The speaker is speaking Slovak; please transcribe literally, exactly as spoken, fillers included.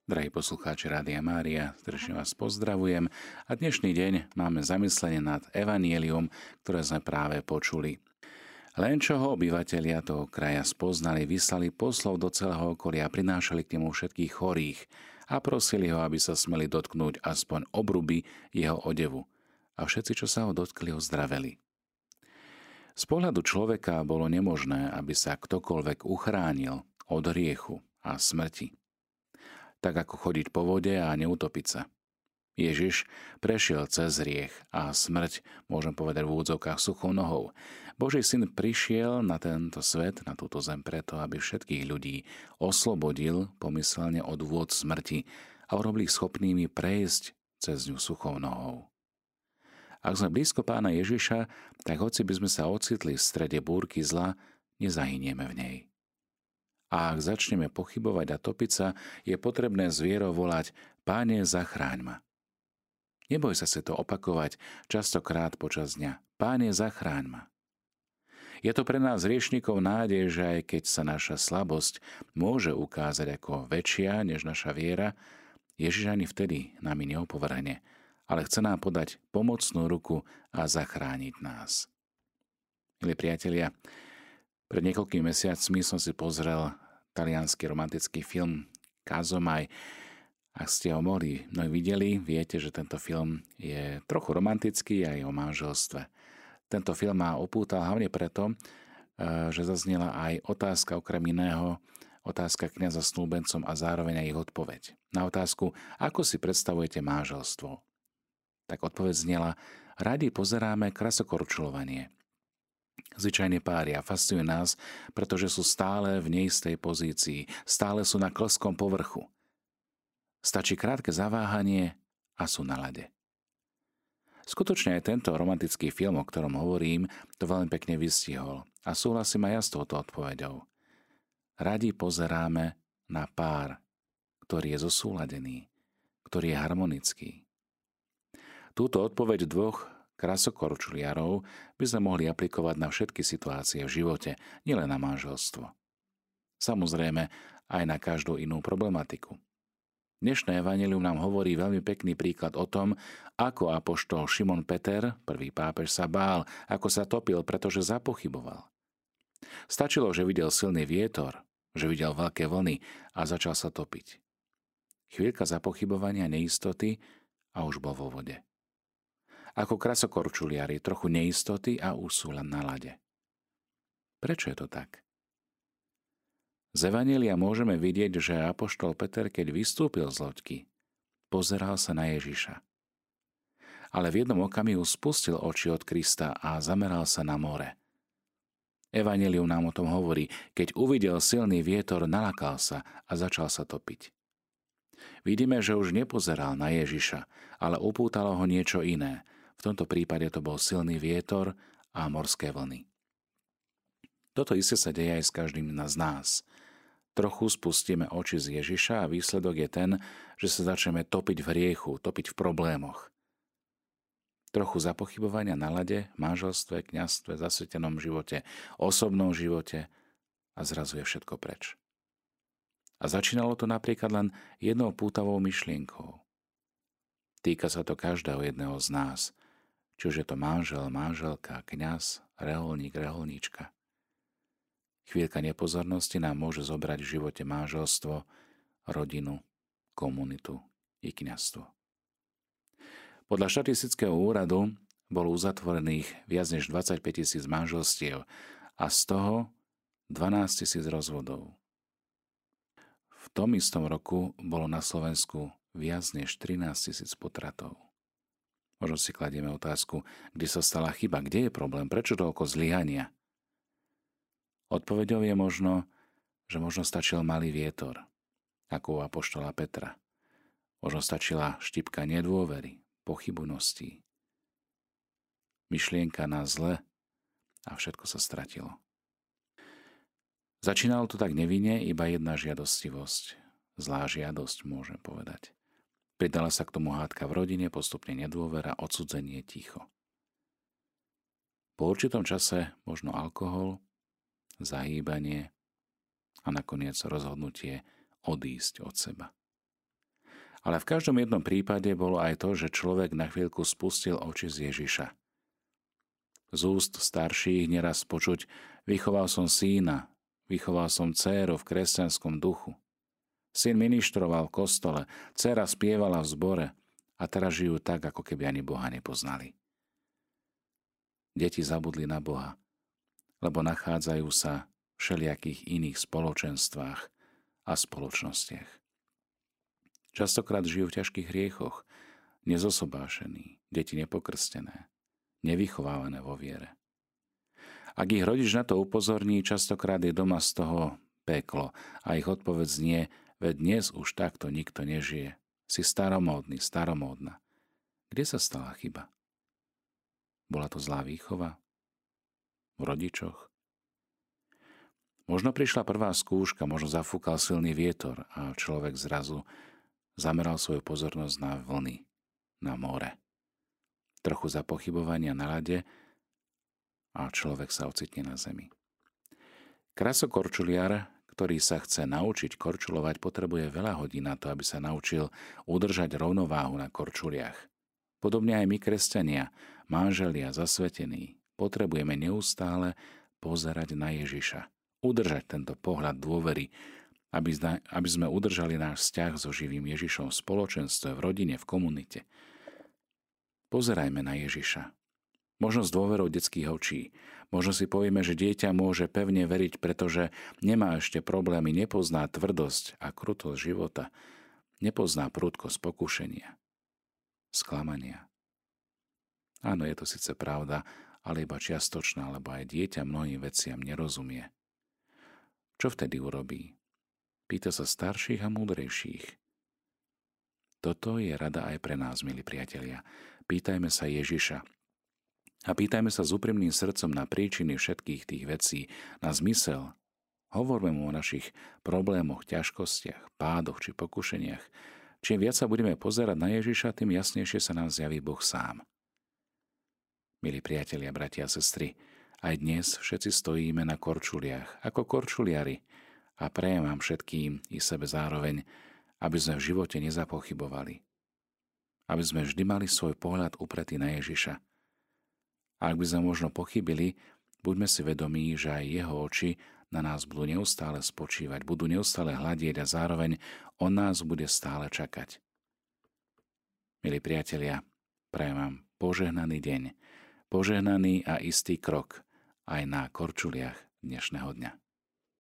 Drahí poslucháči Rádia Mária, srdečne vás pozdravujem a dnešný deň máme zamyslenie nad evanjelium, ktoré sme práve počuli. Len čo ho obyvatelia toho kraja spoznali, vyslali poslov do celého okolia, prinášali k nemu všetkých chorých a prosili ho, aby sa smeli dotknúť aspoň obruby jeho odevu. A všetci, čo sa ho dotkli, ozdraveli. Z pohľadu človeka bolo nemožné, aby sa ktokoľvek uchránil od hriechu a smrti. Tak ako chodiť po vode a neutopiť sa. Ježiš prešiel cez hriech a smrť, môžem povedať v úvodzovkách, suchou nohou. Boží syn prišiel na tento svet, na túto zem preto, aby všetkých ľudí oslobodil pomyselne od vôd smrti a urobil ich schopnými prejsť cez ňu suchou nohou. Ak sme blízko pána Ježiša, tak hoci by sme sa ocitli v strede búrky zla, nezahynieme v nej. A ak začneme pochybovať a topiť sa, je potrebné s vierou volať: Páne, zachráň ma. Neboj sa si to opakovať častokrát počas dňa. Páne, zachráň ma. Je to pre nás hriešnikov nádej, že aj keď sa naša slabosť môže ukázať ako väčšia než naša viera, Ježiš ani vtedy nami neopovrhne, ale chce nám podať pomocnú ruku a zachrániť nás. Milí priatelia, pred niekoľkými mesiacmi som si pozrel taliansky romantický film Casomai. Ak ste ho mohli mnohí videli, viete, že tento film je trochu romantický aj o manželstve. Tento film ma opútal hlavne preto, že zaznela aj otázka okrem iného, otázka kňaza snúbencom a zároveň aj ich odpoveď. Na otázku, ako si predstavujete manželstvo? Tak odpoveď znela: radi pozeráme krasokorčulovanie. Zvyčajne páry a fascinujú nás, pretože sú stále v neistej pozícii, stále sú na klskom povrchu. Stačí krátke zaváhanie a sú na ľade. Skutočne aj tento romantický film, o ktorom hovorím, to veľmi pekne vystihol a súhlasím aj ja s touto odpoveďou. Radi pozeráme na pár, ktorý je zosúladený, ktorý je harmonický. Túto odpoveď dvoch krasokorčuliarov by sme mohli aplikovať na všetky situácie v živote, nielen na manželstvo. Samozrejme aj na každú inú problematiku. Dnešné evanjelium nám hovorí veľmi pekný príklad o tom, ako apoštol Šimon Peter, prvý pápež, sa bál, ako sa topil, pretože zapochyboval. Stačilo, že videl silný vietor, že videl veľké vlny a začal sa topiť. Chvíľka zapochybovania, neistoty a už bol vo vode. Ako krasokorčuliari, trochu neistoty a úsula na lade. Prečo je to tak? Z evanjelia môžeme vidieť, že apoštol Peter, keď vystúpil z loďky, pozeral sa na Ježiša. Ale v jednom okamihu spustil oči od Krista a zameral sa na more. Evanjelium nám o tom hovorí: keď uvidel silný vietor, nalakal sa a začal sa topiť. Vidíme, že už nepozeral na Ježiša, ale upútalo ho niečo iné. V tomto prípade to bol silný vietor a morské vlny. Toto isté sa deje aj s každým z nás. Trochu spustíme oči z Ježiša a výsledok je ten, že sa začneme topiť v hriechu, topiť v problémoch. Trochu zapochybovania na lade, manželstve, kňazstve, zasvetenom živote, osobnom živote a zrazu je všetko preč. A začínalo to napríklad len jednou pútavou myšlienkou. Týka sa to každého jedného z nás, či už je to manžel, manželka, kňaz, reholník, reholníčka. Chvíľka nepozornosti nám môže zobrať v živote manželstvo, rodinu, komunitu i kňazstvo. Podľa štatistického úradu bolo uzatvorených viac než dvadsaťpäť tisíc manželstiev a z toho dvanásť tisíc rozvodov. V tom istom roku bolo na Slovensku viac než trinásť tisíc potratov. Možno si kladieme otázku, kde sa stala chyba, kde je problém, prečo toľko zlyhania. Odpoveďou je možno, že možno stačil malý vietor, ako u apoštola Petra. Možno stačila štipka nedôvery, pochybností. Myšlienka na zle a všetko sa stratilo. Začínalo to tak nevinne, iba jedna žiadostivosť. Zlá žiadosť, môžem povedať. Pridala sa k tomu hádka v rodine, postupne nedôvera, odsudzenie, ticho. Po určitom čase možno alkohol, zahýbanie a nakoniec rozhodnutie odísť od seba. Ale v každom jednom prípade bolo aj to, že človek na chvíľku spustil oči z Ježiša. Z úst starších neraz počuť: vychoval som syna, vychoval som dcéru v kresťanskom duchu. Syn ministroval v kostole, dcéra spievala v zbore a teraz žijú tak, ako keby ani Boha nepoznali. Deti zabudli na Boha, lebo nachádzajú sa v všelijakých iných spoločenstvách a spoločnostiach. Častokrát žijú v ťažkých hriechoch, nezosobášení, deti nepokrstené, nevychovávané vo viere. Ak ich rodič na to upozorní, častokrát je doma z toho peklo a ich odpoveď znie: veď dnes už takto nikto nežije. Si staromódny, staromódna. Kde sa stala chyba? Bola to zlá výchova? V rodičoch? Možno prišla prvá skúška, možno zafúkal silný vietor a človek zrazu zameral svoju pozornosť na vlny, na more. Trochu zapochybovania na ľade a človek sa ocitne na zemi. Krasokorčuliar, ktorý sa chce naučiť korčulovať, potrebuje veľa hodín na to, aby sa naučil udržať rovnováhu na korčuliach. Podobne aj my, kresťania, manželia, zasvetení, potrebujeme neustále pozerať na Ježiša. Udržať tento pohľad dôvery, aby, zna, aby sme udržali náš vzťah so živým Ježišom v spoločenstve, v rodine, v komunite. Pozerajme na Ježiša. Možno s dôverou detských očí. Možno si povieme, že dieťa môže pevne veriť, pretože nemá ešte problémy, nepozná tvrdosť a krutosť života, nepozná prudkosť pokušenia, sklamania. Áno, je to síce pravda, ale iba čiastočná, lebo aj dieťa mnohým veciam nerozumie. Čo vtedy urobí? Pýta sa starších a múdrejších. Toto je rada aj pre nás, milí priatelia. Pýtajme sa Ježiša. A pýtajme sa s úprimným srdcom na príčiny všetkých tých vecí, na zmysel. Hovorme mu o našich problémoch, ťažkostiach, pádoch či pokušeniach. Čím viac sa budeme pozerať na Ježiša, tým jasnejšie sa nám zjaví Boh sám. Milí priatelia, bratia a sestry, aj dnes všetci stojíme na korčuliach, ako korčuliari, a prajem vám všetkým i sebe zároveň, aby sme v živote nezapochybovali. Aby sme vždy mali svoj pohľad upretý na Ježiša. A ak by sme možno pochybili, buďme si vedomí, že aj jeho oči na nás budú neustále spočívať, budú neustále hľadieť a zároveň on nás bude stále čakať. Milí priatelia, prajem vám požehnaný deň, požehnaný a istý krok aj na korčuliach dnešného dňa.